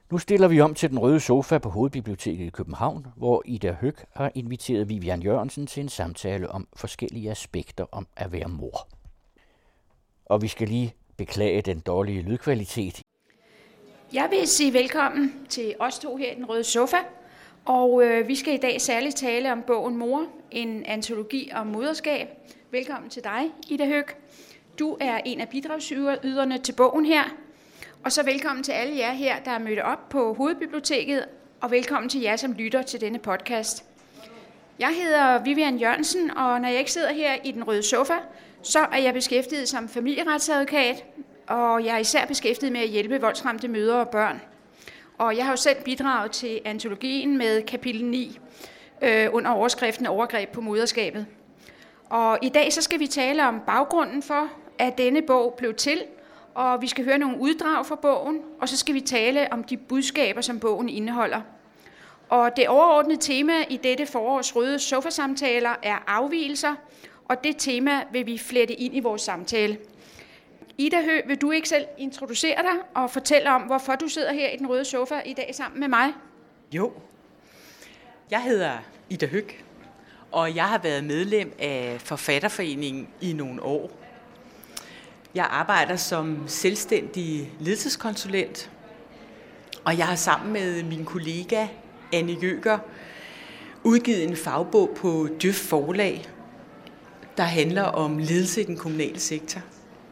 Nu stiller vi om til den røde sofa på Hovedbiblioteket i København, hvor Ida Høeg har inviteret Vivian Jørgensen til en samtale om forskellige aspekter om at være mor. Og vi skal lige beklage den dårlige lydkvalitet. Jeg vil sige velkommen til os to her i den røde sofa, og vi skal i dag særligt tale om bogen Mor, en antologi om moderskab. Velkommen til dig, Ida Høeg. Du er en af bidragsyderne til bogen her. Og så velkommen til alle jer her, der er mødt op på Hovedbiblioteket, og velkommen til jer, som lytter til denne podcast. Jeg hedder Vivian Jørgensen, og når jeg ikke sidder her i den røde sofa, så er jeg beskæftiget som familieretsadvokat, og jeg er især beskæftiget med at hjælpe voldsramte mødre og børn. Og jeg har jo selv bidraget til antologien med kapitel 9 under overskriften Overgreb på moderskabet. Og i dag så skal vi tale om baggrunden for, at denne bog blev til, og vi skal høre nogle uddrag fra bogen, og så skal vi tale om de budskaber, som bogen indeholder. Og det overordnede tema i dette forårs røde sofasamtaler er afvigelser, og det tema vil vi flette ind i vores samtale. Ida Høeg, vil du ikke selv introducere dig og fortælle om, hvorfor du sidder her i den røde sofa i dag sammen med mig? Jo, jeg hedder Ida Høeg, og jeg har været medlem af Forfatterforeningen i nogle år. Jeg arbejder som selvstændig ledelseskonsulent, og jeg har sammen med min kollega Anne Jøger udgivet en fagbog på Djøf Forlag, der handler om ledelse i den kommunale sektor.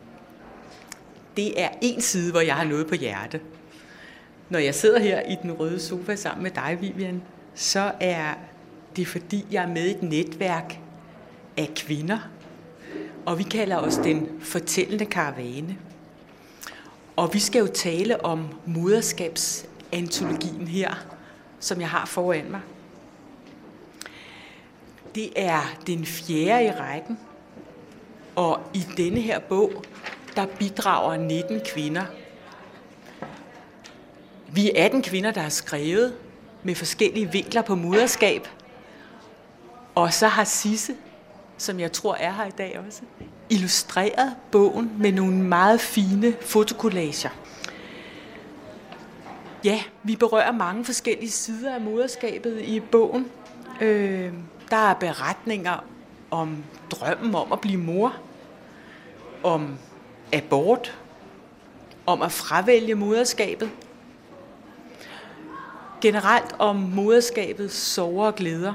Det er en side, hvor jeg har noget på hjerte. Når jeg sidder her i den røde sofa sammen med dig, Vivian, så er det fordi, jeg er med i et netværk af kvinder, og vi kalder os den fortællende karavane. Og vi skal jo tale om moderskabsantologien her, som jeg har foran mig. Det er den 4. i rækken, og i denne her bog, der bidrager 19 kvinder. Vi er 18 kvinder, der har skrevet med forskellige vinkler på moderskab, og så har Sisse, som jeg tror er her i dag også, illustreret bogen med nogle meget fine fotokollager. Ja, vi berører mange forskellige sider af moderskabet i bogen. Der er beretninger om drømmen om at blive mor, om abort, om at fravælge moderskabet, generelt om moderskabets sorger og glæder.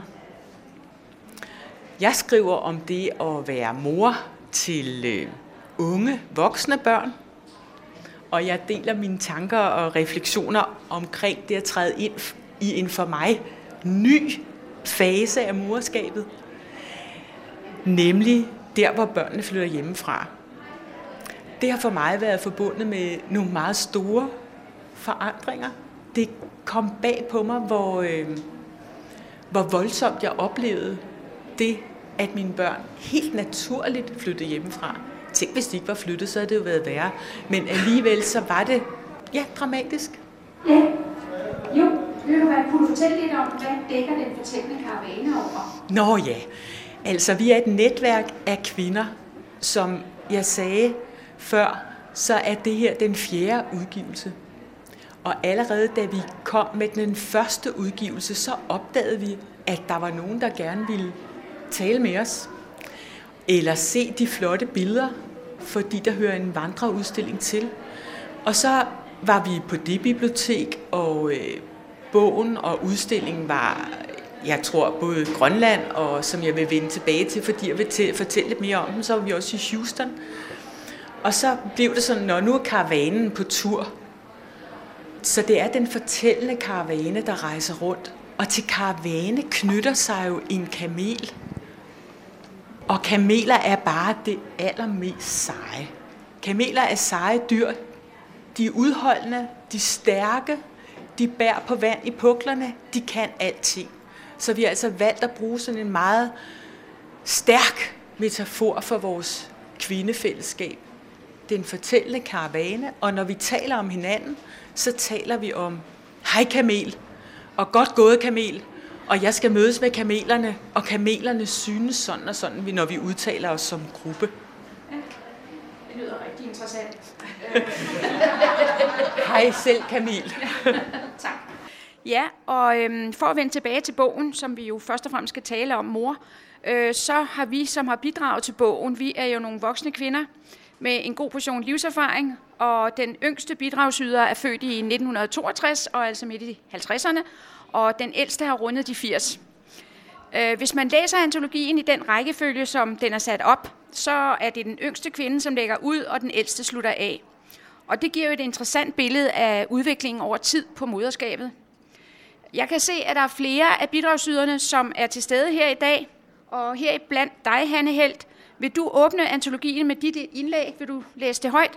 Jeg skriver om det at være mor til unge, voksne børn, og jeg deler mine tanker og refleksioner omkring det at træde ind i en for mig ny fase af moderskabet, nemlig der, hvor børnene flytter hjemmefra. Det har for mig været forbundet med nogle meget store forandringer. Det kom bag på mig, hvor voldsomt jeg oplevede det, at mine børn helt naturligt flyttede hjemmefra. Tænk, hvis de ikke var flyttet, så havde det jo været værre. Men alligevel så var det, dramatisk. Ja, jo. Kunne du fortælle lidt om, hvad dækker den fortællende karavane over? Nå ja, altså vi er et netværk af kvinder, som jeg sagde før, så er det her den 4. udgivelse. Og allerede da vi kom med den første udgivelse, så opdagede vi, at der var nogen, der gerne ville tale med os, eller se de flotte billeder, fordi der hører en vandreudstilling til. Og så var vi på det bibliotek, og bogen og udstillingen var, jeg tror, både Grønland, og som jeg vil vende tilbage til, fordi jeg vil fortælle lidt mere om den, så var vi også i Houston. Og så blev det sådan, når nu er karavanen på tur. Så det er den fortællende karavane, der rejser rundt. Og til karavane knytter sig jo en kamel. Og kameler er bare det allermest seje. Kameler er seje dyr. De er udholdende, de er stærke, de bærer på vand i puklerne, de kan alting. Så vi har altså valgt at bruge sådan en meget stærk metafor for vores kvindefællesskab. Den fortællende karavane, og når vi taler om hinanden, så taler vi om, hej kamel, og godt gået kamel, og jeg skal mødes med kamelerne, og kamelerne synes sådan og sådan, når vi udtaler os som gruppe. Ja, det lyder rigtig interessant. Hej selv, Camille. Tak. Ja, og for at vende tilbage til bogen, som vi jo først og fremmest skal tale om, mor, så har vi, som har bidraget til bogen, vi er jo nogle voksne kvinder med en god portion livserfaring, og den yngste bidragsyder er født i 1962, og altså midt i 50'erne, og den ældste har rundet de 80. Hvis man læser antologien i den rækkefølge, som den er sat op, så er det den yngste kvinde, som lægger ud, og den ældste slutter af. Og det giver jo et interessant billede af udviklingen over tid på moderskabet. Jeg kan se, at der er flere af bidragsyderne, som er til stede her i dag, og her blandt dig, Hanne Helt. Vil du åbne antologien med dit indlæg? Vil du læse det højt?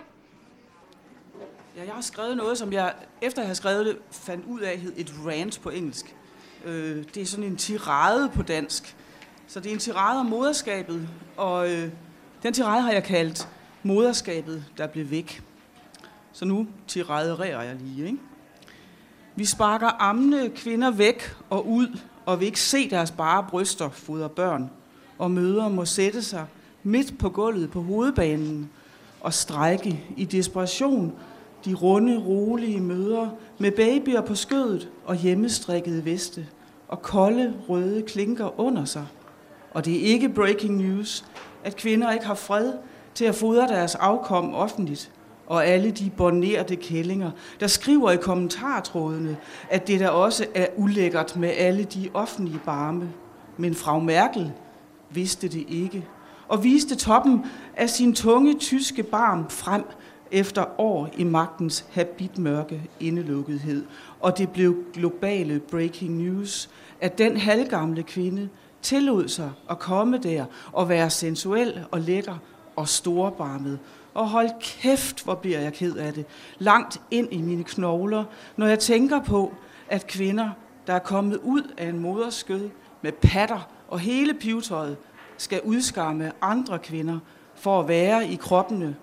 Ja, jeg har skrevet noget, som jeg, efter jeg har skrevet det, fandt ud af, hed et rant på engelsk. Det er sådan en tirade på dansk. Så det er en tirade om moderskabet, og den tirade har jeg kaldt moderskabet, der blev væk. Så nu tiraderer jeg lige, ikke? Vi sparker ammende kvinder væk og ud, og vil ikke se deres bare bryster fodre børn. Og mødre må sætte sig midt på gulvet på hovedbanen og strække i desperation de runde, rolige mødre med babyer på skødet og hjemmestrikkede veste og kolde, røde klinker under sig. Og det er ikke breaking news, at kvinder ikke har fred til at fodre deres afkom offentligt. Og alle de bornerede kællinger, der skriver i kommentartrådene, at det der også er ulækkert med alle de offentlige barme. Men Frau Merkel vidste det ikke, og viste toppen af sin tunge tyske barm frem efter år i magtens habitmørke indelukkethed. Og det blev globale breaking news, at den halvgamle kvinde tillod sig at komme der og være sensuel og lækker og storbarmet. Og hold kæft, hvor bliver jeg ked af det, langt ind i mine knogler, når jeg tænker på, at kvinder, der er kommet ud af en moders skød med patter og hele pivetøjet, skal udskamme andre kvinder for at være i kroppene,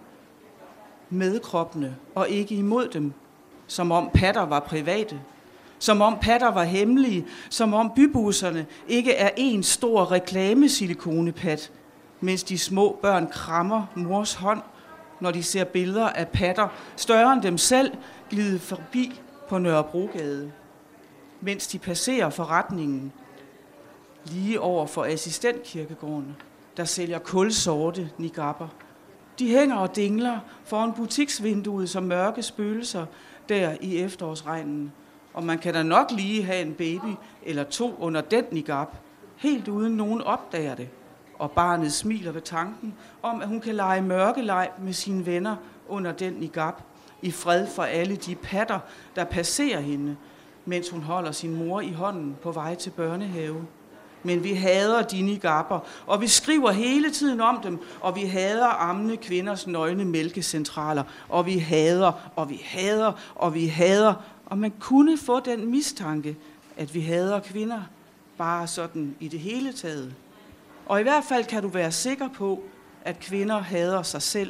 med kroppene og ikke imod dem, som om patter var private, som om patter var hemmelige, som om bybusserne ikke er en stor reklamesilikonepat, mens de små børn krammer mors hånd, når de ser billeder af patter større end dem selv glide forbi på Nørrebrogade, mens de passerer forretningen lige over for assistentkirkegården, der sælger kulsorte niqabber. De hænger og dingler foran butiksvinduet som mørke spøgelser der i efterårsregnen. Og man kan da nok lige have en baby eller to under den niqab, helt uden nogen opdager det. Og barnet smiler ved tanken om, at hun kan lege mørkeleg med sine venner under den niqab, i fred for alle de patter, der passerer hende, mens hun holder sin mor i hånden på vej til børnehave. Men vi hader de niqabber, og vi skriver hele tiden om dem, og vi hader ammende kvinders nøgne mælkecentraler, og vi hader, og vi hader, og vi hader. Og man kunne få den mistanke, at vi hader kvinder, bare sådan i det hele taget. Og i hvert fald kan du være sikker på, at kvinder hader sig selv.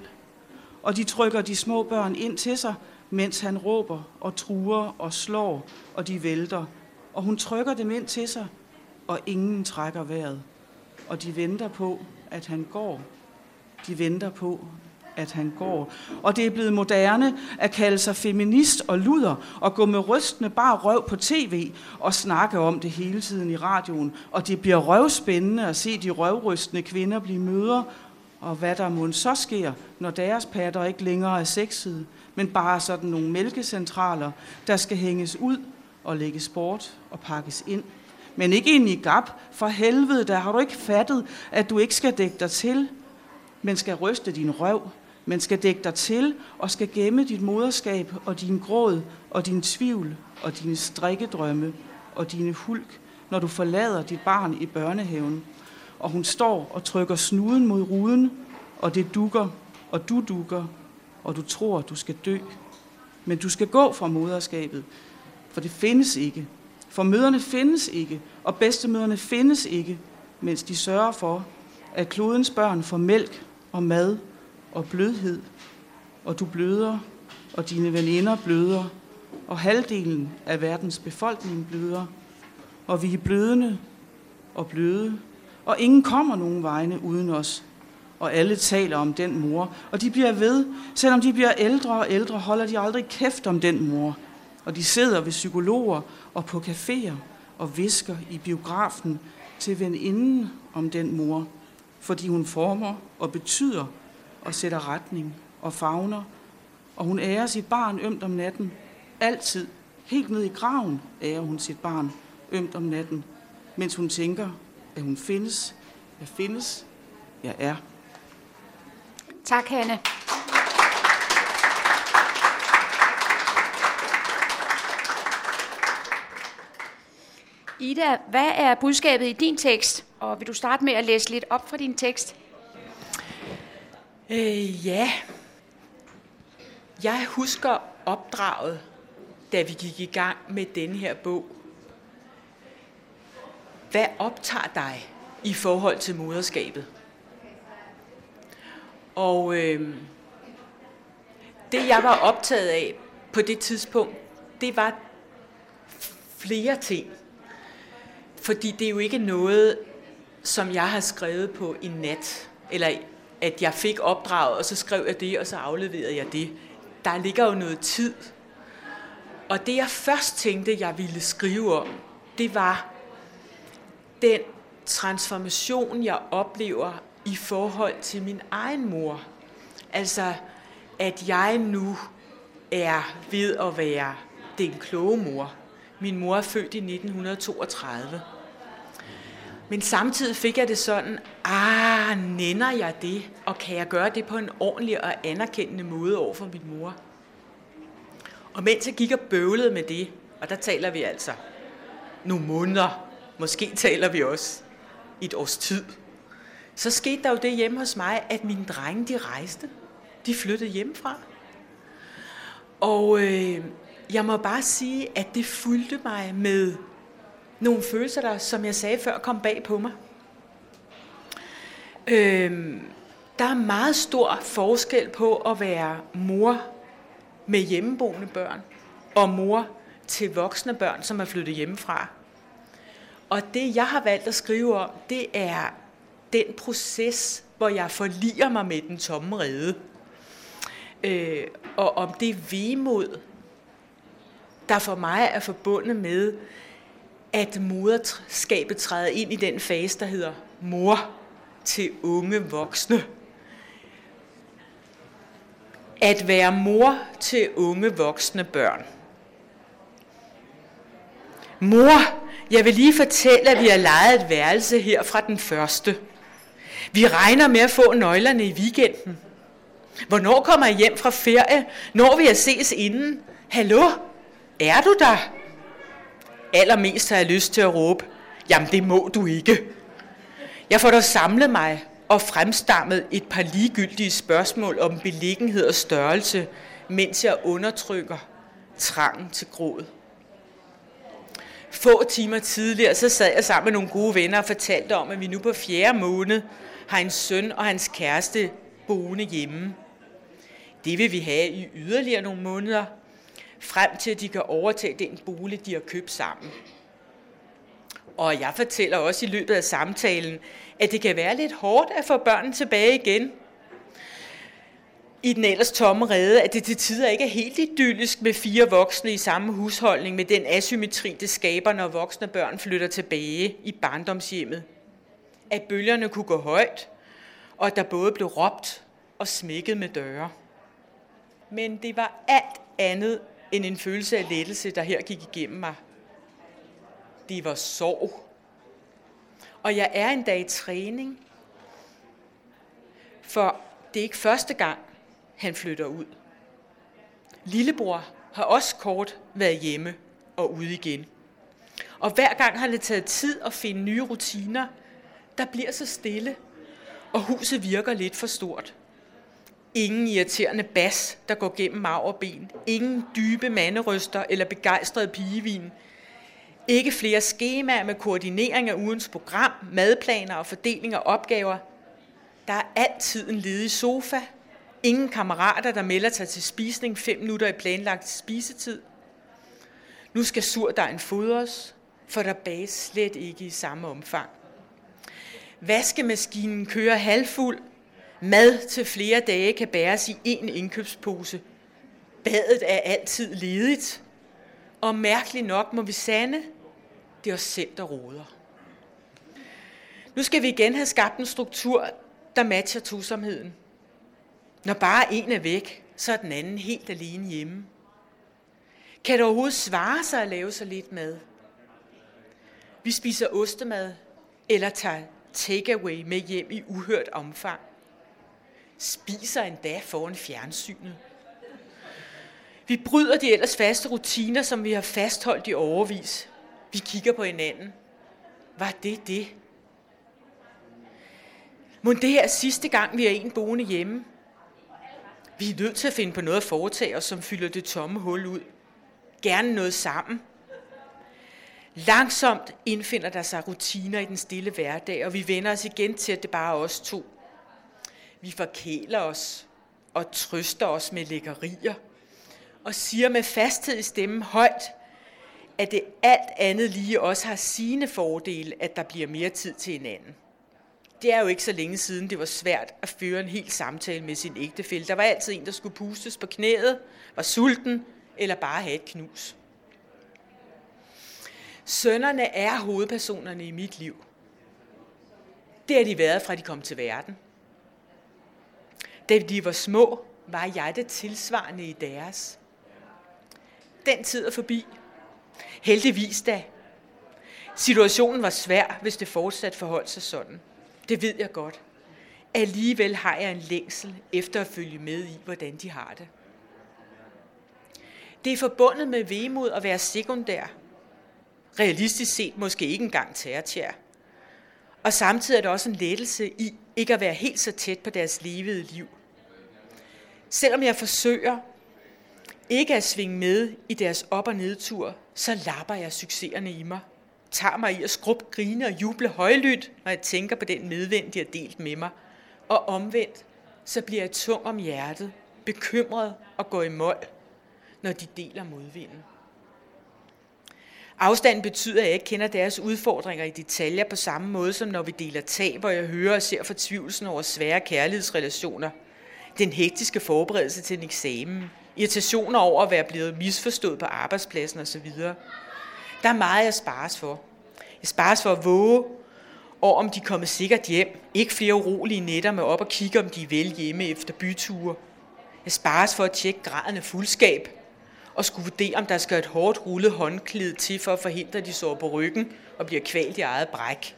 Og de trykker de små børn ind til sig, mens han råber og truer og slår, og de vælter. Og hun trykker dem ind til sig, og ingen trækker vejret. Og de venter på, at han går. De venter på, at han går. Og det er blevet moderne at kalde sig feminist og luder, og gå med rystende bare røv på tv, og snakke om det hele tiden i radioen. Og det bliver røvspændende at se de røvrystende kvinder blive mødre, og hvad der mon så sker, når deres patter ikke længere er sexede, men bare sådan nogle mælkecentraler, der skal hænges ud og lægges bort og pakkes ind. Men ikke ind i gab. For helvede, der har du ikke fattet, at du ikke skal dække dig til, men skal ryste din røv. Men skal dække dig til og skal gemme dit moderskab og din gråd og din tvivl og dine strikkedrømme og dine hulk, når du forlader dit barn i børnehaven. Og hun står og trykker snuden mod ruden, og det dukker, og du dukker, og du tror, du skal dø. Men du skal gå fra moderskabet, for det findes ikke. For mødrene findes ikke, og bedstemødrene findes ikke, mens de sørger for, at klodens børn får mælk og mad og blødhed. Og du bløder, og dine veninder bløder, og halvdelen af verdens befolkning bløder. Og vi er blødende og bløde, og ingen kommer nogen vegne uden os. og alle taler om den mor. Og de bliver ved, selvom de bliver ældre og ældre, holder de aldrig kæft om den mor. Og de sidder ved psykologer og på caféer og visker i biografen til veninden om den mor, fordi hun former og betyder og sætter retning og favner, og hun ærer sit barn ømt om natten. Altid, helt ned i graven, ærer hun sit barn ømt om natten, mens hun tænker, at hun findes, jeg findes, jeg er. Tak, Hanne. Ida, hvad er budskabet i din tekst? Og vil du starte med at læse lidt op fra din tekst? Ja. Jeg husker opdraget, da vi gik i gang med denne her bog. Hvad optager dig i forhold til moderskabet? Og det, jeg var optaget af på det tidspunkt, det var flere ting. Fordi det er jo ikke noget, som jeg har skrevet på en nat, eller at jeg fik opdraget, og så skrev jeg det, og så afleverede jeg det. Der ligger jo noget tid. Og det, jeg først tænkte, jeg ville skrive om, det var den transformation, jeg oplever i forhold til min egen mor. Altså, at jeg nu er ved at være den kloge mor. Min mor er født i 1932. Men samtidig fik jeg det sådan, nænner jeg det, og kan jeg gøre det på en ordentlig og anerkendende måde over for min mor? Og mens jeg gik og bøvlede med det, og der taler vi altså nogle måneder, måske taler vi også et års tid, så skete der jo det hjemme hos mig, at mine drenge, de rejste. De flyttede hjemmefra. Og jeg må bare sige, at det fyldte mig med nogle følelser, der, som jeg sagde før, kom bag på mig. Der er meget stor forskel på at være mor med hjemmeboende børn og mor til voksne børn, som er flyttet hjemmefra. Og det, jeg har valgt at skrive om, det er den proces, hvor jeg forliger mig med den tomme rede. Og om det vemod, der for mig er forbundet med, at moderskabet træder ind i den fase, der hedder mor til unge voksne. At være mor til unge voksne børn. Mor, jeg vil lige fortælle, at vi har lejet et værelse her fra den første. Vi regner med at få nøglerne i weekenden. Hvornår kommer jeg hjem fra ferie? Når vi at ses inden? Hallo? Er du der? Allermest har jeg lyst til at råbe, jamen det må du ikke. Jeg får dog samlet mig og fremstammet et par ligegyldige spørgsmål om beliggenhed og størrelse, mens jeg undertrykker trangen til gråd. Få timer tidligere, så sad jeg sammen med nogle gode venner og fortalte om, at vi nu på 4. måned har en søn og hans kæreste boende hjemme. Det vil vi have i yderligere nogle måneder, frem til at de kan overtage den bolig, de har købt sammen. Og jeg fortæller også i løbet af samtalen, at det kan være lidt hårdt at få børnene tilbage igen. I den ellers tomme rede, at det til tider ikke er helt idyllisk med 4 voksne i samme husholdning, med den asymmetri, det skaber, når voksne børn flytter tilbage i barndomshjemmet. At bølgerne kunne gå højt, og at der både blev råbt og smækket med døre. Men det var alt andet end en følelse af lettelse, der her gik igennem mig. Det var sorg. Og jeg er endda i træning, for det er ikke første gang, han flytter ud. Lillebror har også kort været hjemme og ude igen. Og hver gang har det taget tid at finde nye rutiner, der bliver så stille, og huset virker lidt for stort. Ingen irriterende bas, der går gennem marv og ben. Ingen dybe manderøster eller begejstrede pigevin. Ikke flere skemaer med koordinering af ugens program, madplaner og fordeling af opgaver. Der er altid en ledig sofa. Ingen kammerater, der melder sig til spisning 5 minutter i planlagt spisetid. Nu skal surdejen fodres, for der bages slet ikke i samme omfang. Vaskemaskinen kører halvfuld, Mad til flere dage kan bæres i én indkøbspose. Badet er altid ledigt. Og mærkeligt nok må vi sande, det er os selv, der roder. Nu skal vi igen have skabt en struktur, der matcher tosomheden. Når bare en er væk, så er den anden helt alene hjemme. Kan det overhovedet svare sig at lave så lidt mad? Vi spiser ostemad eller tager takeaway med hjem i uhørt omfang. Spiser endda foran fjernsynet. Vi bryder de ellers faste rutiner, som vi har fastholdt i årevis. Vi kigger på hinanden. Var det? Mon det her er sidste gang, vi er en boende hjemme? Vi er nødt til at finde på noget at foretage os, som fylder det tomme hul ud. Gerne noget sammen. Langsomt indfinder der sig rutiner i den stille hverdag, og vi vender os igen til, at det bare er os to. Vi forkæler os og trøster os med lækkerier, og siger med fasthed i stemmen højt, at det alt andet lige også har sine fordele, at der bliver mere tid til hinanden. Det er jo ikke så længe siden, det var svært at føre en hel samtale med sin ægtefælle. Der var altid en, der skulle pustes på knæet, var sulten eller bare have et knus. Sønnerne er hovedpersonerne i mit liv. Det har de været, fra de kom til verden. Da de var små, var jeg det tilsvarende i deres. Den tid er forbi. Heldigvis da. Situationen var svær, hvis det fortsat forholdt sig sådan. Det ved jeg godt. Alligevel har jeg en længsel efter at følge med i, hvordan de har det. Det er forbundet med vemod at være sekundær. Realistisk set måske ikke engang tertiær. Og samtidig er det også en lettelse i ikke at være helt så tæt på deres levede liv. Selvom jeg forsøger ikke at svinge med i deres op- og nedtur, så lapper jeg succeserne i mig. Tager mig i at skrubbe, grine og juble højlydt, når jeg tænker på den medvind, de har delt med mig. Og omvendt, så bliver jeg tung om hjertet, bekymret og går i møg, når de deler modvinden. Afstanden betyder, at jeg ikke kender deres udfordringer i detaljer på samme måde, som når vi deler tag, hvor jeg hører og ser fortvivlelsen over svære kærlighedsrelationer. Den hektiske forberedelse til en eksamen, irritationer over at være blevet misforstået på arbejdspladsen osv. Der er meget, jeg spares for. Jeg spares for at våge, og om de er kommet sikkert hjem. Ikke flere urolige nætter med op og kigge, om de er vel hjemme efter byture. Jeg spares for at tjekke graden af fuldskab, og skulle vurdere, om der skal et hårdt rullet håndklæde til for at forhindre, at de sover på ryggen og bliver kvalt i eget bræk.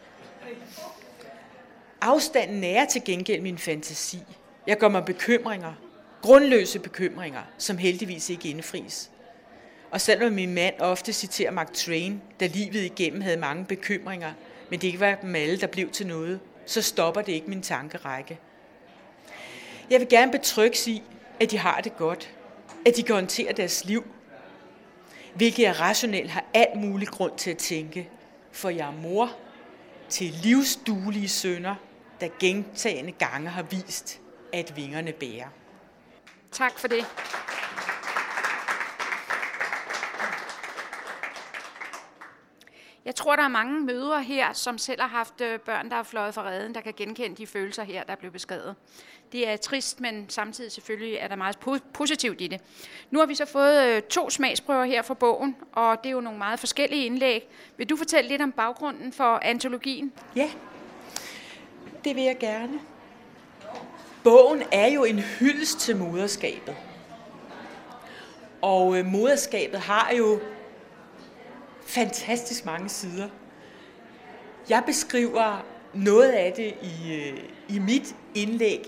Afstanden nærer til gengæld min fantasi. Jeg gør mig bekymringer, grundløse bekymringer, som heldigvis ikke indfries. Og selvom min mand ofte citerer Mark Twain, der livet igennem havde mange bekymringer, men det ikke var dem alle, der blev til noget, så stopper det ikke min tankerække. Jeg vil gerne betrygges i, at de har det godt, at de kan håndtere deres liv, hvilket jeg rationelt har alt mulig grund til at tænke, for jeg er mor til livsduelige sønner, der gentagende gange har vist, at vingerne bærer. Tak for det. Jeg tror, der er mange mødre her, som selv har haft børn, der er fløjet fra reden, der kan genkende de følelser her, der blev beskrevet. Det er trist, men samtidig selvfølgelig er der meget positivt i det. Nu har vi så fået 2 smagsprøver her fra bogen, og det er jo nogle meget forskellige indlæg. Vil du fortælle lidt om baggrunden for antologien? Ja, det vil jeg gerne. Bogen er jo en hyldest til moderskabet. Og moderskabet har jo fantastisk mange sider. Jeg beskriver noget af det i mit indlæg.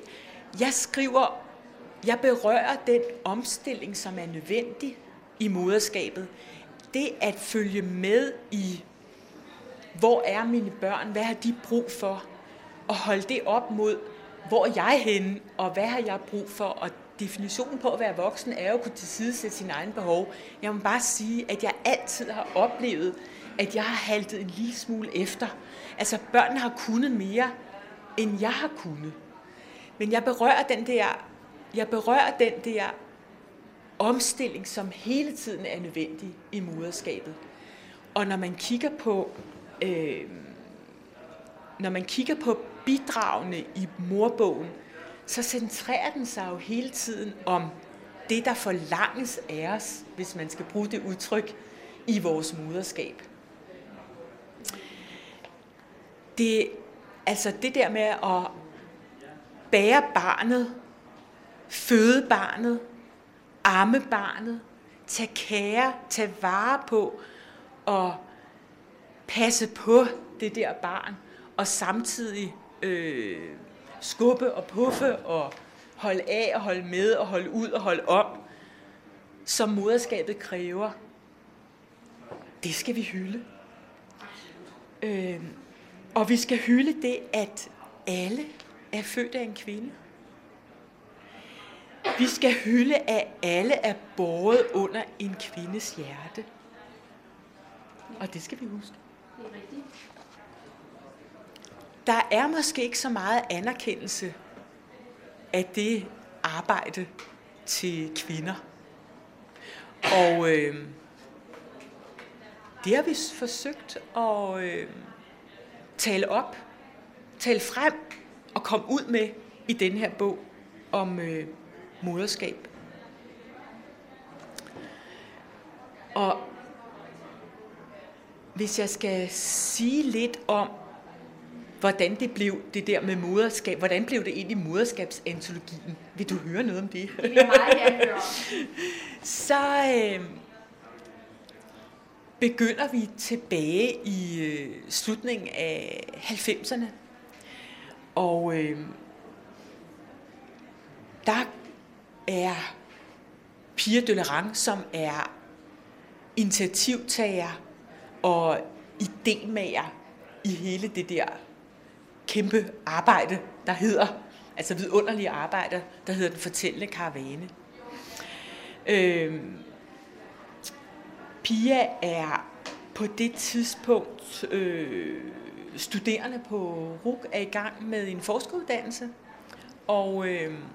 Jeg berører den omstilling, som er nødvendig i moderskabet. Det at følge med i, hvor er mine børn, hvad har de brug for, og holde det op mod, hvor er jeg henne, og hvad har jeg brug for, og definitionen på at være voksen er jo at kunne tilsidesætte sine egne behov. Jeg må bare sige, at jeg altid har oplevet, at jeg har haltet en lille smule efter. Altså børnene har kunnet mere, end jeg har kunnet. Men jeg berører den der omstilling, som hele tiden er nødvendig i moderskabet. Og når man kigger på bidragene i morbogen, så centrerer den sig jo hele tiden om det, der forlanges af os, hvis man skal bruge det udtryk, i vores moderskab. Altså det der med at bære barnet, føde barnet, amme barnet, tage vare på og passe på det der barn, og samtidig skubbe og puffe og holde af og holde med og holde ud og holde om, som moderskabet kræver. Det skal vi hylde. Og vi skal hylde det, at alle er født af en kvinde. Vi skal hylde, at alle er båret under en kvindes hjerte. Og det skal vi huske. Det er rigtigt. Der er måske ikke så meget anerkendelse af det arbejde til kvinder. Og det har vi forsøgt at tale op, tale frem og komme ud med i den her bog om moderskab. Og hvis jeg skal sige lidt om, hvordan det blev det der med moderskab, hvordan blev det egentlig moderskabsantologien? Vil du høre noget om det? Det vil jeg meget gerne høre om. Så begynder vi tilbage i slutningen af 90'erne. Og der er Pia Døllerang, som er initiativtager og idémager i hele det der kæmpe arbejde, der hedder, altså vidunderlige arbejde, der hedder Den Fortællende Karavane. Pia er på det tidspunkt studerende på RUC, er i gang med en forskeruddannelse, og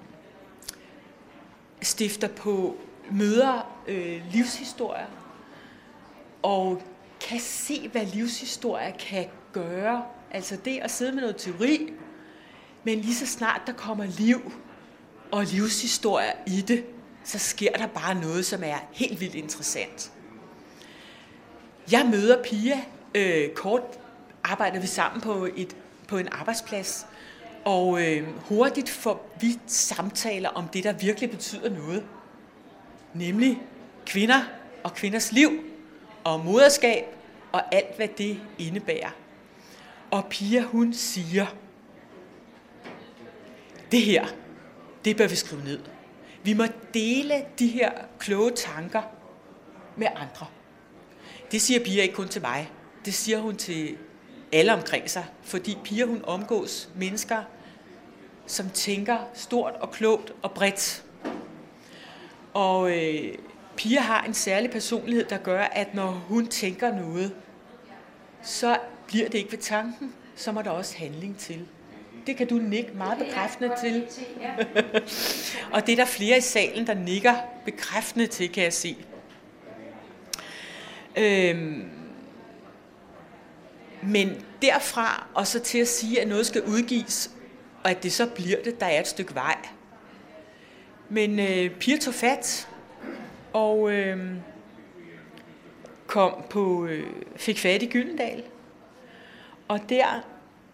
stifter på møder livshistorier, og kan se, hvad livshistorier kan gøre. Altså det at sidde med noget teori, men lige så snart der kommer liv og livshistorier i det, så sker der bare noget, som er helt vildt interessant. Jeg møder Pia, kort arbejder vi sammen på en arbejdsplads, og hurtigt får vi samtaler om det, der virkelig betyder noget. Nemlig kvinder og kvinders liv, og moderskab, og alt, hvad det indebærer. Og Pia, hun siger, det her, det bør vi skrive ned. Vi må dele de her kloge tanker med andre. Det siger Pia ikke kun til mig. Det siger hun til alle omkring sig. Fordi Pia, hun omgås mennesker, som tænker stort og klogt og bredt. Og Pia har en særlig personlighed, der gør, at når hun tænker noget, så bliver det ikke ved tanken, så må der også handling til. Det kan du nikke meget bekræftende til. Og det er der flere i salen, der nikker bekræftende til, kan jeg se. Men derfra og så til at sige, at noget skal udgives, og at det så bliver det, der er et stykke vej. Men Pia tog fat og fik fat i Gyldendal. Og der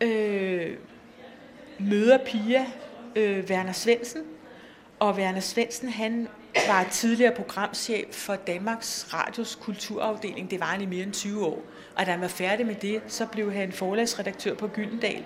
møder Pia Werner Svendsen, og Werner Svendsen, han var tidligere programchef for Danmarks Radios kulturafdeling. Det var han i mere end 20 år. Og da han var færdig med det, så blev han forlagsredaktør på Gyldendal.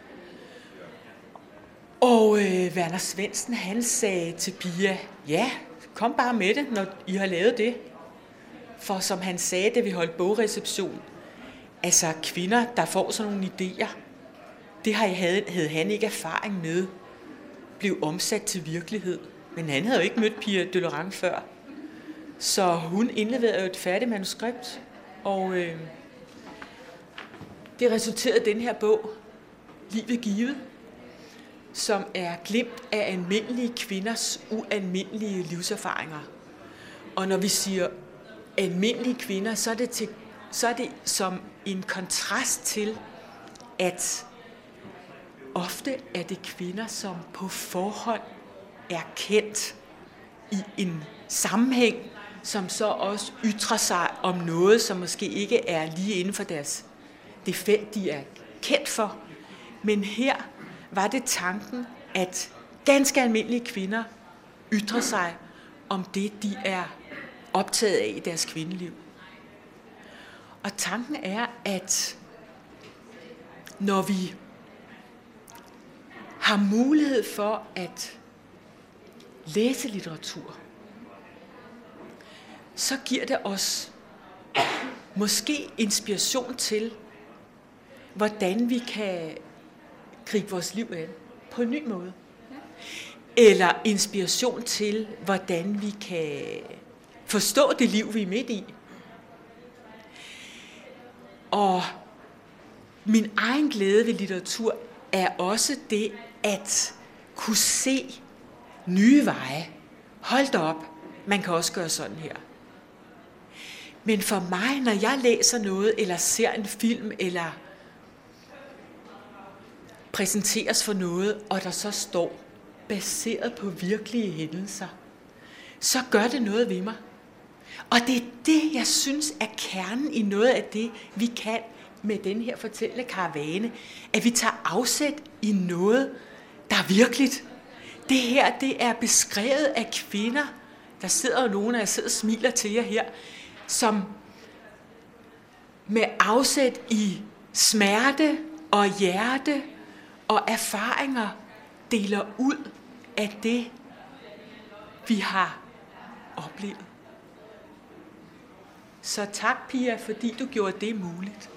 Og Werner Svendsen, han sagde til Pia, ja, kom bare med det, når I har lavet det. For som han sagde, da vi holdt bogreception, altså kvinder, der får sådan nogle idéer, det havde han ikke erfaring med, blev omsat til virkelighed. Men han havde jo ikke mødt Pia Døllerang før. Så hun indleverede jo et færdigt manuskript, og det resulterede i den her bog, Livet givet, som er glimt af almindelige kvinders ualmindelige livserfaringer. Og når vi siger almindelige kvinder, så er det som en kontrast til, at ofte er det kvinder, som på forhånd er kendt i en sammenhæng, som så også ytrer sig om noget, som måske ikke er lige inden for det felt, de er kendt for. Men her var det tanken, at ganske almindelige kvinder ytrer sig om det, de er optaget af i deres kvindeliv. Og tanken er, at når vi har mulighed for at læse litteratur, så giver det os måske inspiration til, hvordan vi kan gribe vores liv an på en ny måde. Eller inspiration til, hvordan vi kan forstå det liv, vi er midt i. Og min egen glæde ved litteratur er også det at kunne se nye veje. Hold da op, man kan også gøre sådan her. Men for mig, når jeg læser noget, eller ser en film, eller præsenteres for noget, og der så står baseret på virkelige hændelser, så gør det noget ved mig. Og det er det, jeg synes er kernen i noget af det, vi kan med den her fortællende karavane, at vi tager afsæt i noget, der er virkeligt. Det her, det er beskrevet af kvinder. Der sidder jo nogen, og jeg sidder og smiler til jer her, som med afsæt i smerte og hjerte og erfaringer deler ud af det, vi har oplevet. Så tak, Pia, fordi du gjorde det muligt.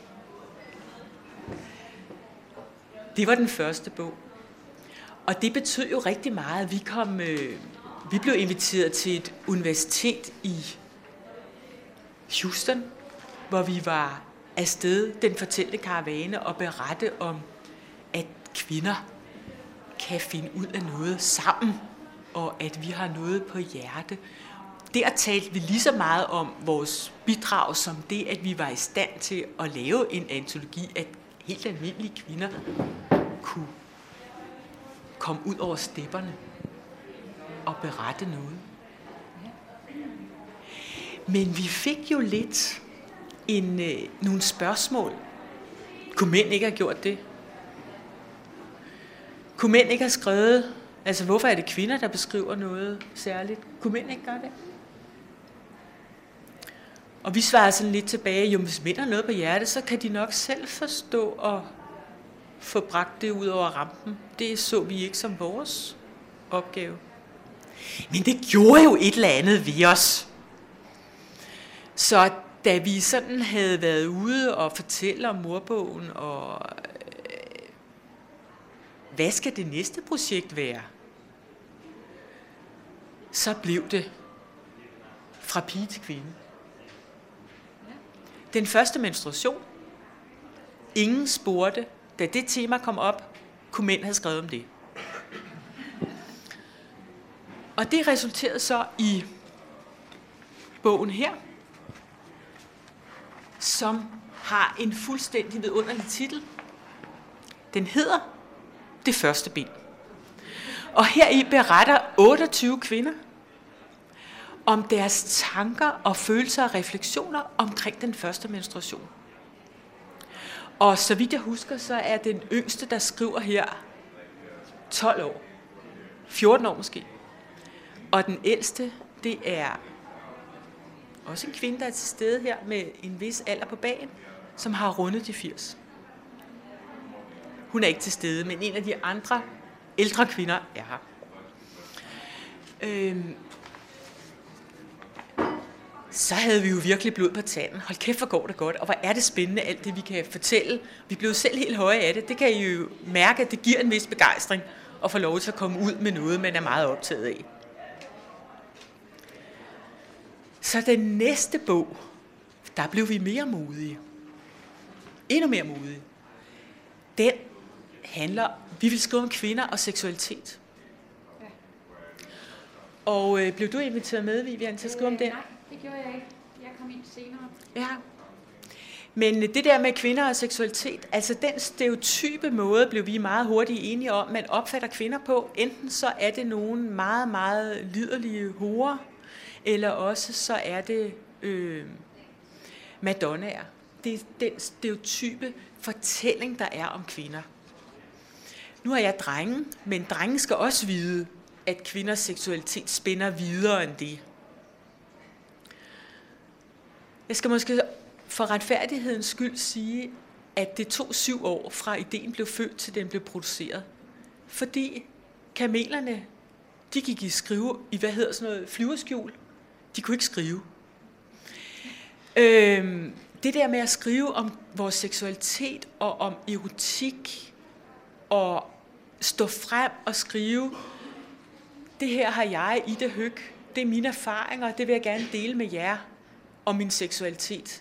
Det var den første bog. Og det betød jo rigtig meget. Vi blev inviteret til et universitet i Houston, hvor vi var afsted, den fortællende karavane, og berette om, at kvinder kan finde ud af noget sammen, og at vi har noget på hjerte. Der talte vi lige så meget om vores bidrag, som det, at vi var i stand til at lave en antologi, at helt almindelige kvinder kunne komme ud over stepperne og berette noget. Men vi fik jo lidt nogle spørgsmål. Kunne mænd ikke have gjort det? Kunne mænd ikke have skrevet, altså hvorfor er det kvinder, der beskriver noget særligt? Kunne mænd ikke gøre det? Og vi svarede sådan lidt tilbage, jo hvis mænd har noget på hjertet, så kan de nok selv forstå og få bragt det ud over rampen. Det så vi ikke som vores opgave. Men det gjorde jo et eller andet ved os. Så da vi sådan havde været ude og fortælle om morbogen, og hvad skal det næste projekt være, så blev det fra pige til kvinde. Den første menstruation. Ingen spurgte, da det tema kom op, kunne mænd have skrevet om det. Og det resulterede så i bogen her, som har en fuldstændig vidunderlig titel. Den hedder Det første bind. Og heri beretter 28 kvinder om deres tanker og følelser og refleksioner omkring den første menstruation. Og så vidt jeg husker, så er den yngste, der skriver her, 12 år. 14 år måske. Og den ældste, det er også en kvinde, der er til stede her med en vis alder på bagen, som har rundet de 80. Hun er ikke til stede, men en af de andre ældre kvinder er her. Så havde vi jo virkelig blod på tanden. Hold kæft, hvor går det godt, og hvor er det spændende, alt det vi kan fortælle. Vi blev selv helt høje af det. Det kan I jo mærke, at det giver en vis begejstring at få lov til at komme ud med noget, man er meget optaget af. Så den næste bog, der blev vi mere modige. Endnu mere modige. Den handler, vi vil skrive om kvinder og seksualitet. Ja. Og blev du inviteret med, Vivian, til at skrive om det? Nej, det gjorde jeg ikke. Jeg kom ind senere. Ja. Men det der med kvinder og seksualitet, altså den stereotype måde blev vi meget hurtigt enige om, man opfatter kvinder på. Enten så er det nogle meget, meget liderlige horer, eller også så er det madonnaer. Det er den stereotype fortælling, der er om kvinder. Nu er jeg drenge, men drenge skal også vide, at kvinders seksualitet spænder videre end det. Jeg skal måske for retfærdighedens skyld sige, at det tog 7 år fra ideen blev født til den blev produceret. Fordi kamelerne, de gik i flyverskjul. De kunne ikke skrive. Det der med at skrive om vores seksualitet og om erotik og stå frem og skrive, det her har jeg, Ida Høeg, det er mine erfaringer, det vil jeg gerne dele med jer om min seksualitet.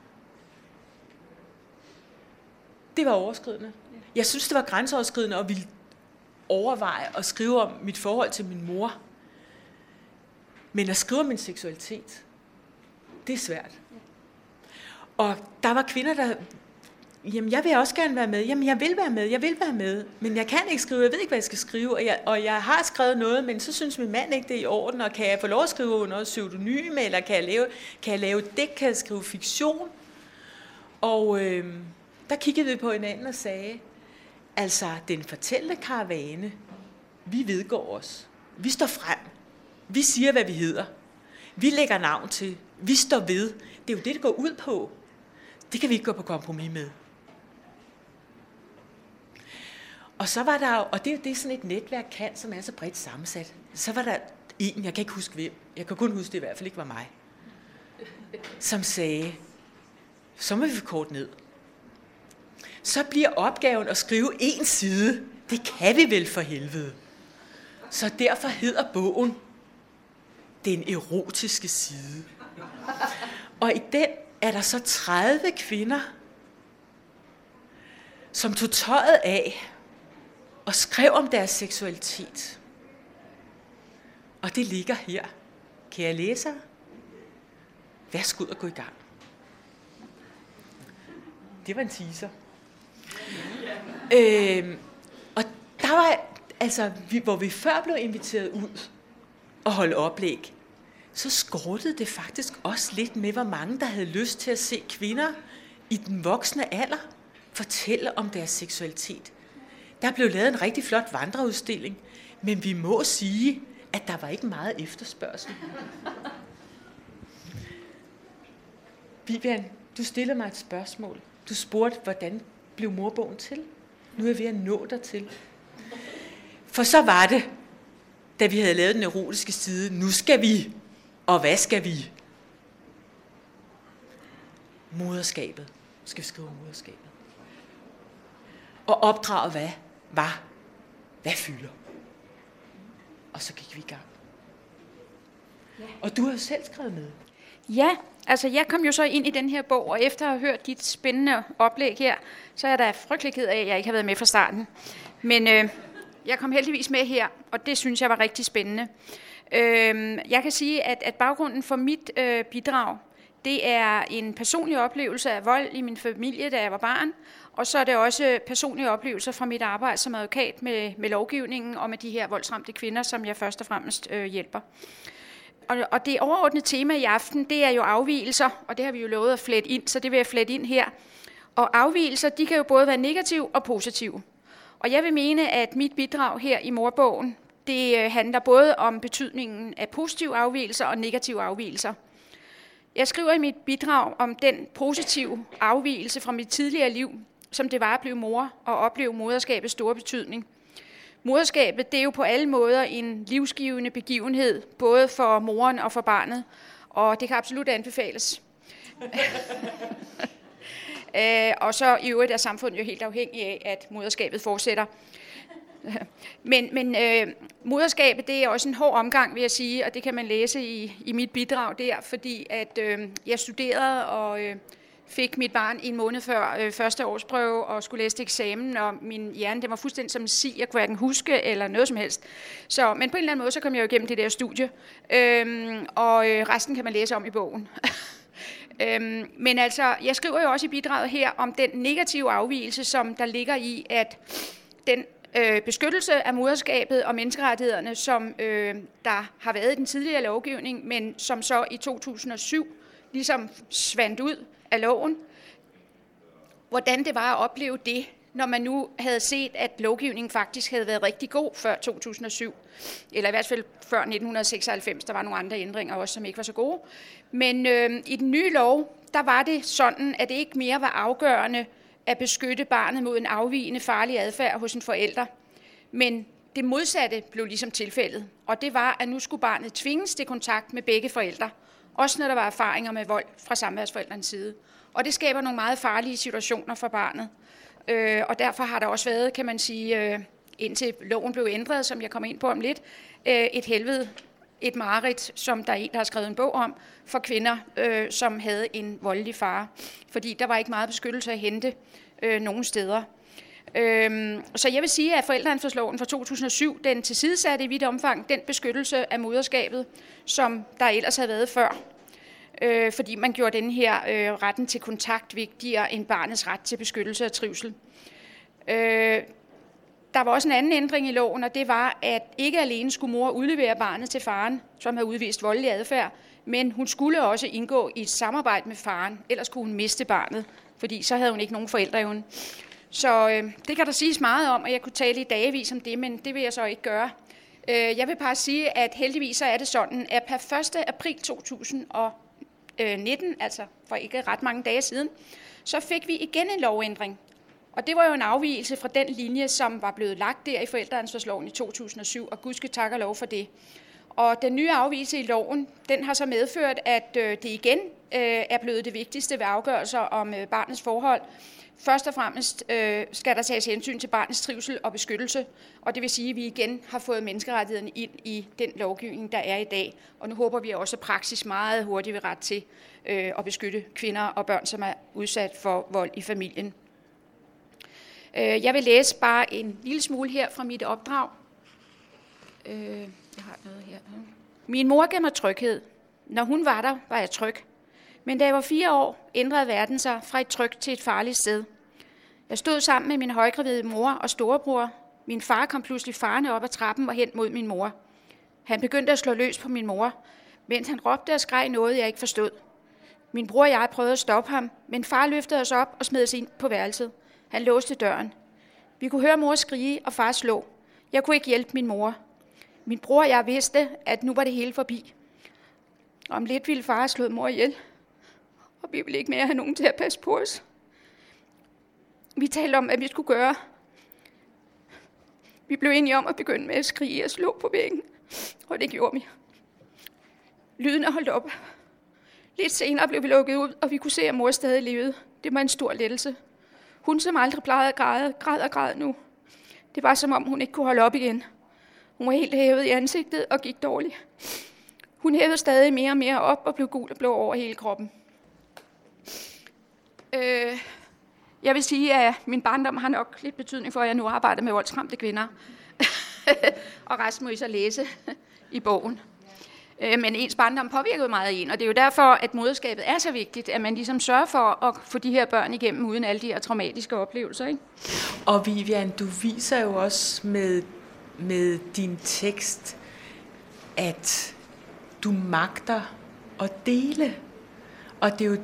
Det var overskridende. Jeg synes, det var grænseoverskridende at ville overveje at skrive om mit forhold til min mor. Men at skrive om min seksualitet, det er svært. Og der var kvinder, der... Jamen, jeg vil også gerne være med. Jamen, jeg vil være med. Men jeg kan ikke skrive, jeg ved ikke, hvad jeg skal skrive. Og jeg har skrevet noget, men så synes min mand ikke, det er i orden. Og kan jeg få lov at skrive under pseudonym, eller kan jeg lave digt, kan jeg skrive fiktion? Og der kiggede vi på hinanden og sagde, altså, den fortællende karavane, vi vedgår os. Vi står frem. Vi siger, hvad vi hedder. Vi lægger navn til. Vi står ved. Det er jo det går ud på. Det kan vi ikke gå på kompromis med. Og så var der, og det er det sådan et netværk kan, som er så bredt sammensat. Så var der en, jeg kan ikke huske hvem, jeg kan kun huske det i hvert fald ikke var mig, som sagde, så må vi korte ned. Så bliver opgaven at skrive 1 side. Det kan vi vel for helvede. Så derfor hedder bogen Den erotiske side. Og i den er der så 30 kvinder, som tog tøjet af og skrev om deres seksualitet. Og det ligger her. Kære læsere, værsgo at gå i gang. Det var en teaser. Og der var, altså, hvor vi før blev inviteret ud og holde oplæg, så skortede det faktisk også lidt med, hvor mange der havde lyst til at se kvinder i den voksne alder fortælle om deres seksualitet. Der blev lavet en rigtig flot vandreudstilling, men vi må sige, at der var ikke meget efterspørgsel. Vivian, du stiller mig et spørgsmål. Du spurgte, hvordan blev morbogen til? Nu er jeg ved at nå dig til. For så var det, da vi havde lavet den erotiske side, nu skal vi, og hvad skal vi? Moderskabet. Nu skal vi skrive om moderskabet. Og opdraget hvad fylder? Og så gik vi i gang. Ja. Og du har jo selv skrevet med. Ja, altså jeg kom jo så ind i den her bog, og efter at have hørt dit spændende oplæg her, så er jeg da frygtelig ked af, at jeg ikke har været med fra starten. Men jeg kom heldigvis med her, og det synes jeg var rigtig spændende. Jeg kan sige, at baggrunden for mit bidrag, det er en personlig oplevelse af vold i min familie, da jeg var barn, og så er det også personlige oplevelser fra mit arbejde som advokat med lovgivningen og med de her voldsramte kvinder, som jeg først og fremmest hjælper. Og det overordnede tema i aften, det er jo afvigelser, og det har vi jo lovet at flette ind, så det vil jeg flette ind her. Og afvigelser, de kan jo både være negative og positive. Og jeg vil mene, at mit bidrag her i morbogen, det handler både om betydningen af positive afvigelser og negative afvigelser. Jeg skriver i mit bidrag om den positive afvigelse fra mit tidligere liv, som det var at blive mor og opleve moderskabets store betydning. Moderskabet, det er jo på alle måder en livsgivende begivenhed, både for moren og for barnet, og det kan absolut anbefales. Og så i øvrigt er samfundet jo helt afhængig af, at moderskabet fortsætter. Men moderskabet, det er også en hård omgang, vil jeg sige, og det kan man læse i mit bidrag der, fordi at jeg studerede og fik mit barn en måned før første årsprøve og skulle læse til eksamen, og min hjerne, den var fuldstændig som en si, jeg kunne hverken huske eller noget som helst. Så, men på en eller anden måde, så kom jeg jo igennem det der studie, og resten kan man læse om i bogen. Men altså, jeg skriver jo også i bidraget her om den negative afvigelse, som der ligger i, at den beskyttelse af moderskabet og menneskerettighederne, som der har været i den tidligere lovgivning, men som så i 2007 ligesom svandt ud af loven, hvordan det var at opleve det, når man nu havde set, at lovgivningen faktisk havde været rigtig god før 2007, eller i hvert fald før 1996, der var nogle andre ændringer også, som ikke var så gode. Men i den nye lov, der var det sådan, at det ikke mere var afgørende at beskytte barnet mod en afvigende farlig adfærd hos en forælder. Men det modsatte blev ligesom tilfældet, og det var, at nu skulle barnet tvinges til kontakt med begge forældre, også når der var erfaringer med vold fra samværsforældrenes side. Og det skaber nogle meget farlige situationer for barnet. Og derfor har der også været, kan man sige, indtil loven blev ændret, som jeg kommer ind på om lidt, et helvede, et mareridt, som der er en, der har skrevet en bog om, for kvinder, som havde en voldelig far. Fordi der var ikke meget beskyttelse at hente nogen steder. Så jeg vil sige, at forældreansvarsloven fra 2007, den tilsidesatte i vidt omfang den beskyttelse af moderskabet, som der ellers havde været før. Fordi man gjorde den her retten til kontakt vigtigere end barnets ret til beskyttelse og trivsel. Der var også en anden ændring i loven, og det var, at ikke alene skulle mor udlevere barnet til faren, som havde udvist voldelig adfærd, men hun skulle også indgå i et samarbejde med faren, ellers kunne hun miste barnet, fordi så havde hun ikke nogen forældreevne. Så det kan der siges meget om, og jeg kunne tale i dagevis om det, men det vil jeg så ikke gøre. Jeg vil bare sige, at heldigvis så er det sådan, at per 1. april 2019, altså for ikke ret mange dage siden, så fik vi igen en lovændring. Og det var jo en afvigelse fra den linje, som var blevet lagt der i forældreansvarsloven i 2007, og gudske tak og lov for det. Og den nye afvigelse i loven, den har så medført, at det igen er blevet det vigtigste ved afgørelser om barnets forhold. Først og fremmest skal der tages hensyn til barnets trivsel og beskyttelse, og det vil sige, at vi igen har fået menneskerettighederne ind i den lovgivning, der er i dag. Og nu håber vi også, at praksis meget hurtigt vil ret til at beskytte kvinder og børn, som er udsat for vold i familien. Jeg vil læse bare en lille smule her fra mit opdrag. Jeg har noget her. Min mor gav mig tryghed. Når hun var der, var jeg tryg. Men da jeg var 4 år, ændrede verden sig fra et trygt til et farligt sted. Jeg stod sammen med min højgravide mor og storebror. Min far kom pludselig farende op ad trappen og hen mod min mor. Han begyndte at slå løs på min mor, mens han råbte og skreg noget, jeg ikke forstod. Min bror og jeg prøvede at stoppe ham, men far løftede os op og smed os ind på værelset. Han låste døren. Vi kunne høre mor skrige og far slå. Jeg kunne ikke hjælpe min mor. Min bror og jeg vidste, at nu var det hele forbi. Om lidt ville far have slået mor ihjel, og vi ville ikke mere have nogen til at passe på os. Vi talte om, hvad vi skulle gøre. Vi blev enige om at begynde med at skrige og slå på væggen, og det gjorde vi. Lyden er holdt op. Lidt senere blev vi lukket ud, og vi kunne se, at mor stadig levede. Det var en stor lettelse. Hun, som aldrig plejede at græd nu. Det var, som om hun ikke kunne holde op igen. Hun var helt hævet i ansigtet og gik dårligt. Hun hævede stadig mere og mere op og blev gul og blå over hele kroppen. Jeg vil sige, at min barndom har nok lidt betydning for, at jeg nu arbejder med voldsramte kvinder. Og resten må I så læse i bogen. Men ens barndom påvirker meget af en, og det er jo derfor, at moderskabet er så vigtigt, at man ligesom sørger for at få de her børn igennem uden alle de her traumatiske oplevelser. Ikke? Og Vivian, du viser jo også med din tekst, at du magter at dele. Og det er jo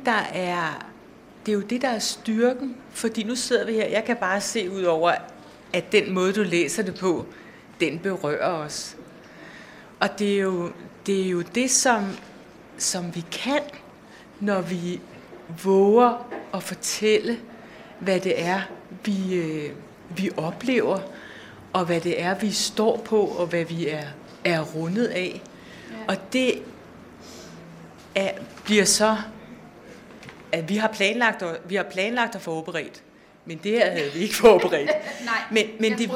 det, der er styrken, fordi nu sidder vi her, jeg kan bare se ud over, at den måde, du læser det på, den berører os. Og det er jo det, som vi kan, når vi våger at fortælle, hvad det er, vi oplever, og hvad det er, vi står på, og hvad vi er rundet af. Ja. Og det bliver så, at vi har planlagt og forberedt, men det her havde vi ikke forberedt. Nej,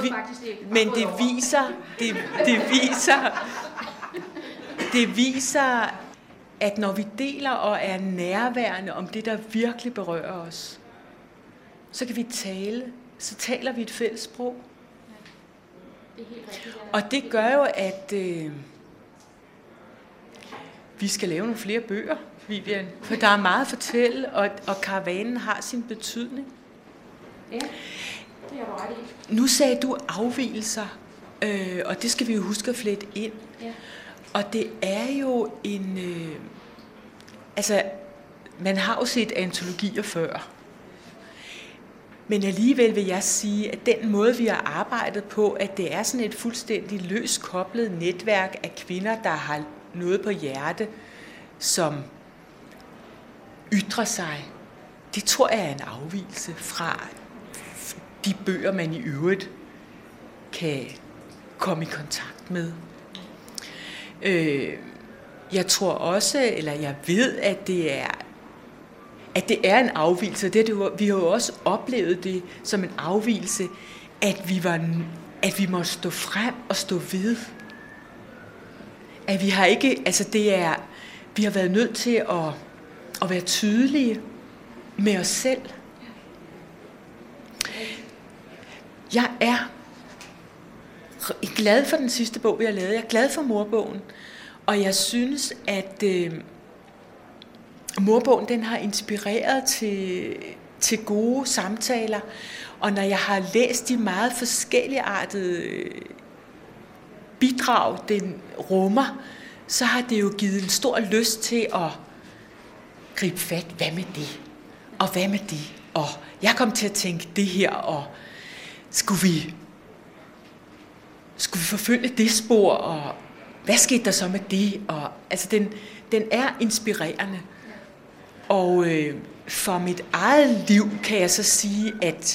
det viser, at når vi deler og er nærværende om det, der virkelig berører os, så kan vi så taler vi et fælles sprog. Ja, det er helt rigtigt, ja. Og det gør jo, at vi skal lave nogle flere bøger. Vivian, for der er meget at fortælle, og karavanen har sin betydning. Ja, det er jeg ret i. Nu sagde du afvigelser, og det skal vi jo huske at flette ind. Ja. Og det er jo en... altså, man har jo set antologier før. Men alligevel vil jeg sige, at den måde, vi har arbejdet på, at det er sådan et fuldstændig løst koblet netværk af kvinder, der har noget på hjerte, som ytrer sig, det tror jeg er en afvigelse fra de bøger, man i øvrigt kan komme i kontakt med. Jeg tror også, eller jeg ved, at det er en afvigelse. Vi har jo også oplevet det som en afvigelse, at vi må stå frem og stå ved. At vi har ikke, altså vi har været nødt til at være tydelige med os selv. Jeg er glad for den sidste bog, vi har lavet. Jeg er glad for morbogen. Og jeg synes, at morbogen den har inspireret til gode samtaler. Og når jeg har læst de meget forskelligartede bidrag, den rummer, så har det jo givet en stor lyst til at gribe fat. Hvad med det? Og hvad med det? Og jeg kom til at tænke det her, og skulle vi forfølge det spor, og hvad skete der så med det? Og, altså, den er inspirerende. Og for mit eget liv kan jeg så sige,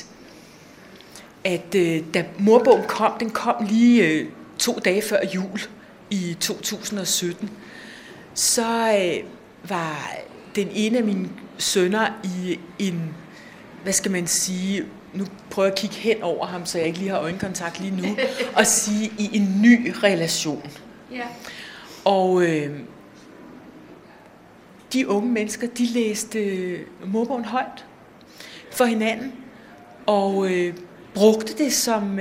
at da morbogen kom, den kom lige 2 dage før jul i 2017, så var den ene af mine sønner i en, hvad skal man sige, nu prøver jeg at kigge hen over ham, så jeg ikke lige har øjenkontakt lige nu, og sige i en ny relation. Ja. Og de unge mennesker, de læste morbogen højt for hinanden, og brugte det som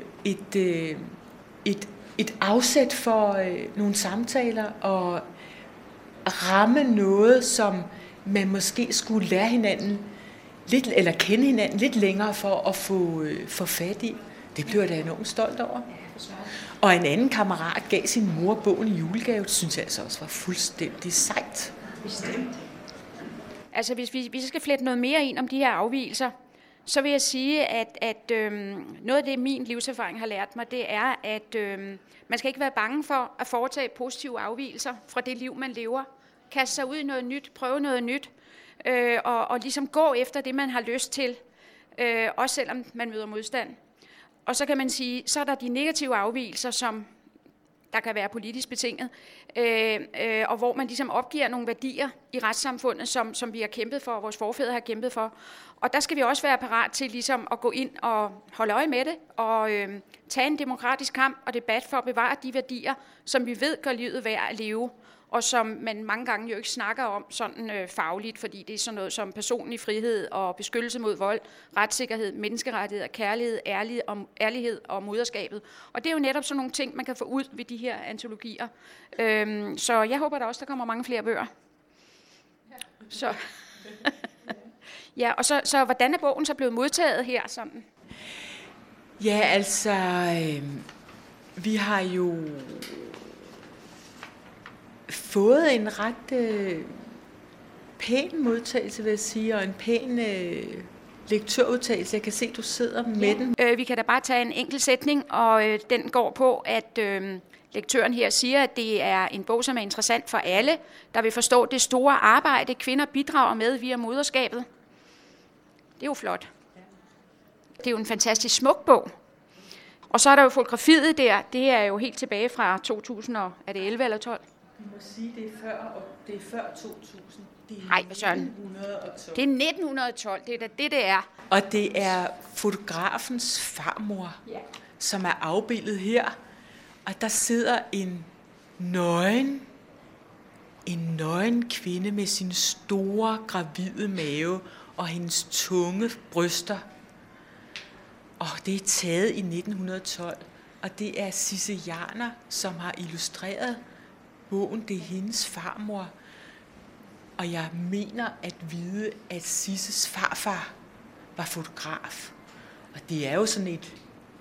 et afsæt for nogle samtaler, og ramme noget, som man måske skulle lære hinanden lidt, eller kende hinanden lidt længere for at få fat i. Det blev jeg da enormt stolt over. Og en anden kammerat gav sin mor bogen i julegave. Det synes jeg altså også var fuldstændig sejt. Bestemt. Altså hvis vi skal flette noget mere ind om de her afvigelser, så vil jeg sige, at noget af det, min livserfaring har lært mig, det er, at man skal ikke være bange for at foretage positive afvigelser fra det liv, man lever. Kaste sig ud i noget nyt, prøve noget nyt, og ligesom gå efter det, man har lyst til, også selvom man møder modstand. Og så kan man sige, så er der de negative afvigelser, som der kan være politisk betinget, og hvor man ligesom opgiver nogle værdier i retssamfundet, som vi har kæmpet for, og vores forfædre har kæmpet for. Og der skal vi også være parat til ligesom at gå ind og holde øje med det, og tage en demokratisk kamp og debat for at bevare de værdier, som vi ved gør livet værd at leve, og som man mange gange jo ikke snakker om sådan fagligt, fordi det er sådan noget som personlig frihed og beskyttelse mod vold, retssikkerhed, menneskerettigheder, kærlighed, ærlighed og moderskabet. Og det er jo netop sådan nogle ting, man kan få ud ved de her antologier. Så jeg håber da også, der kommer mange flere bøger. Så, ja, og så hvordan er bogen så blevet modtaget her? Sådan? Ja, altså, vi har jo fået en ret pæn modtagelse, vil jeg sige, og en pæn lektørudtagelse. Jeg kan se, du sidder med den. Vi kan da bare tage en enkelt sætning, og den går på, at lektøren her siger, at det er en bog, som er interessant for alle, der vil forstå det store arbejde, kvinder bidrager med via moderskabet. Det er jo flot. Det er jo en fantastisk smuk bog. Og så er der jo fotografiet der, det er jo helt tilbage fra 2011 eller 12. Vi må sige, det er før 2000. Nej, hvad Søren? 1912. Det er 1912, det er da det er. Og det er fotografens farmor, som er afbildet her. Og der sidder en nøgen kvinde med sin store, gravide mave og hendes tunge bryster. Og det er taget i 1912. Og det er Sisse Jarner, som har illustreret bogen. Det er hendes farmor. Og jeg mener at vide, at Sisses farfar var fotograf. Og det er jo sådan et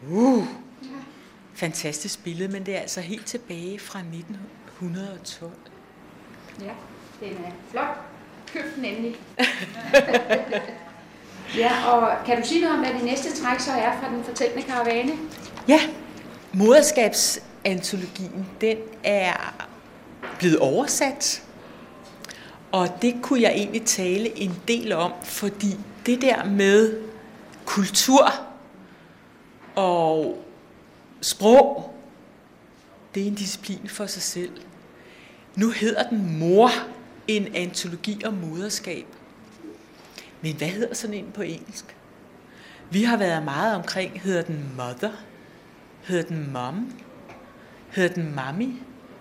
fantastisk billede, men det er altså helt tilbage fra 1912. Ja, den er flot. Købt nemlig. Ja, og kan du sige noget om, hvad det næste træk så er fra den fortællende karavane? Ja, moderskabsantologien, den er blevet oversat. Og det kunne jeg egentlig tale en del om, fordi det der med kultur og sprog, det er en disciplin for sig selv. Nu hedder den Mor, en antologi om moderskab. Men hvad hedder sådan en på engelsk? Vi har været meget omkring, hedder den Mother? Hedder den Mom? Hedder den Mommy?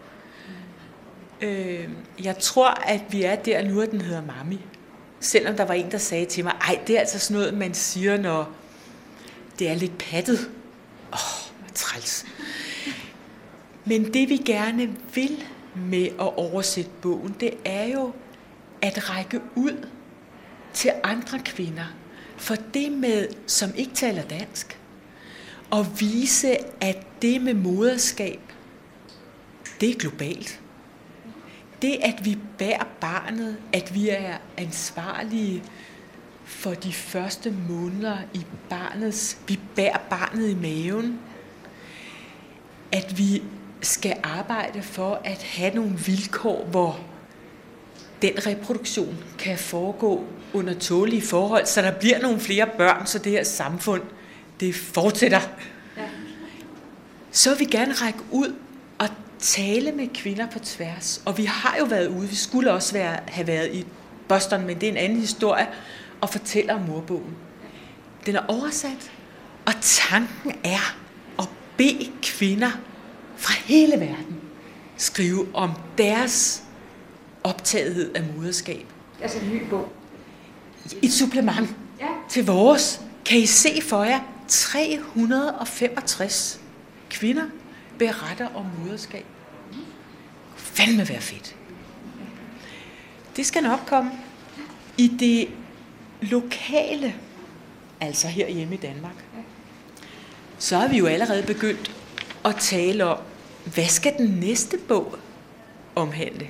Jeg tror, at vi er der nu, at den hedder Mommy. Selvom der var en, der sagde til mig, ej, det er altså sådan noget, man siger, når det er lidt pattet. Hvad træls. Men det vi gerne vil med at oversætte bogen, det er jo at række ud til andre kvinder. For det med, som ikke taler dansk, og vise, at det med moderskab, det er globalt. Det, at vi bærer barnet, at vi er ansvarlige for de første måneder i vi bærer barnet i maven, at vi skal arbejde for at have nogle vilkår, hvor den reproduktion kan foregå under tålige forhold, så der bliver nogle flere børn, så det her samfund, det fortsætter. Ja. Så vil vi gerne række ud og tale med kvinder på tværs. Og vi har jo været ude, vi skulle også have været i Boston, men det er en anden historie, og fortæller om morbogen. Den er oversat, og tanken er at bede kvinder fra hele verden skrive om deres optagethed af moderskab. Altså en ny bog. Et supplement til vores. Kan I se for jer 365 kvinder beretter om moderskab. Fandme være fedt. Det skal nok komme i det lokale, altså herhjemme i Danmark. Så har vi jo allerede begyndt at tale om, hvad skal den næste bog omhandle?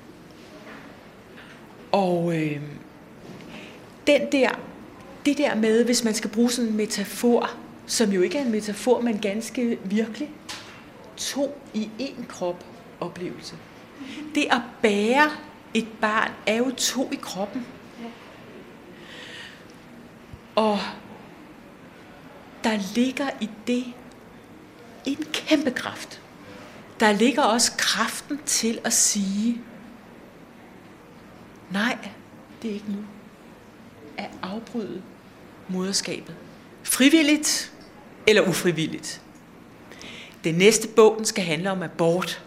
Og det der med, hvis man skal bruge sådan en metafor, som jo ikke er en metafor, men ganske virkelig, 2 i 1 krop oplevelse. Det at bære et barn er jo 2 i kroppen. Og der ligger i det en kæmpe kraft. Der ligger også kraften til at sige, nej, det er ikke nu. At afbryde moderskabet. Frivilligt eller ufrivilligt. Den næste bog, den skal handle om abort.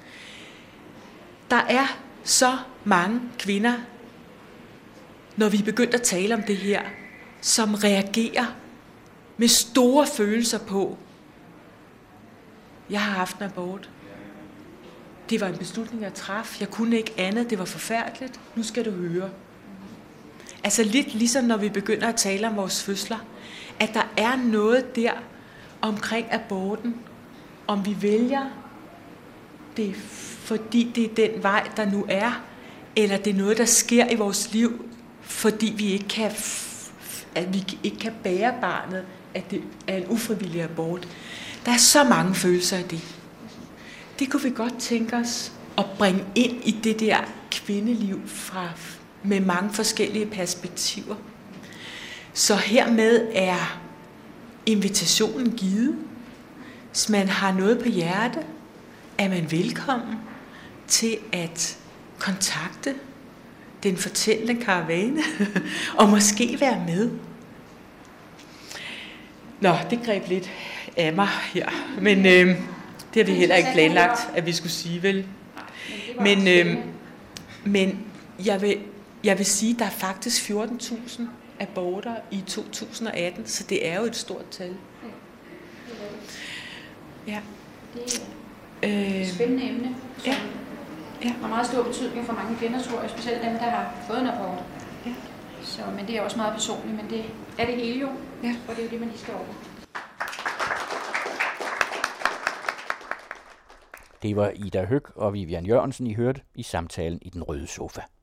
Der er så mange kvinder, når vi er begyndt at tale om det her, som reagerer med store følelser på, jeg har haft en abort. Det var en beslutning, jeg traf. Jeg kunne ikke andet. Det var forfærdeligt. Nu skal du høre. Altså lidt ligesom når vi begynder at tale om vores fødsler, at der er noget der omkring aborten, om vi vælger det, fordi det er den vej, der nu er, eller det er noget, der sker i vores liv, fordi vi ikke kan bære barnet, at det er en ufrivillig abort. Der er så mange følelser i det. Det kunne vi godt tænke os at bringe ind i det der kvindeliv med mange forskellige perspektiver. Så hermed er invitationen givet. Hvis man har noget på hjerte, er man velkommen til at kontakte den fortællende karavane og måske være med. Nå, det greb lidt af mig her, men det har vi heller ikke planlagt, at vi skulle sige, vel? Men jeg vil sige, at der er faktisk 14.000 aborter i 2018, så det er jo et stort tal. Ja. Det er et spændende emne, som Ja. Har meget stor betydning for mange kvinder, tror jeg, specielt dem, der har fået en abort. Ja. Så, men det er også meget personligt, men det er det hele jo, Ja. og det er jo det, man lige skal over. Det var Ida Høck og Vivian Jørgensen, I hørte i samtalen i Den Røde Sofa.